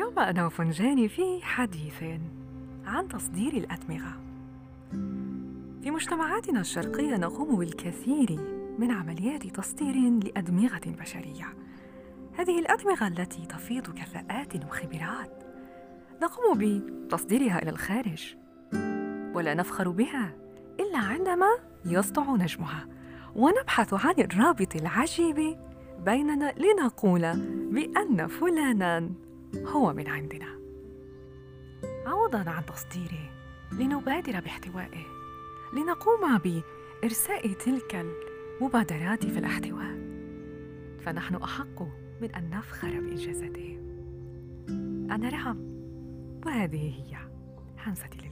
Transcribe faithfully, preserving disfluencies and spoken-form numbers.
اليوم أنا وفنجاني في حديث عن تصدير الأدمغة. في مجتمعاتنا الشرقية نقوم بالكثير من عمليات تصدير لأدمغة بشرية. هذه الأدمغة التي تفيض كفاءات وخبرات نقوم بتصديرها إلى الخارج، ولا نفخر بها إلا عندما يسطع نجمها، ونبحث عن الرابط العجيب بيننا لنقول بأن فلانا هو من عندنا. عوضاً عن تصديره لنبادر باحتوائه، لنقوم بإرساء تلك المبادرات في الاحتواء، فنحن أحق من أن نفخر بإنجازاته. أنا رحم، وهذه هي همسة اليوم.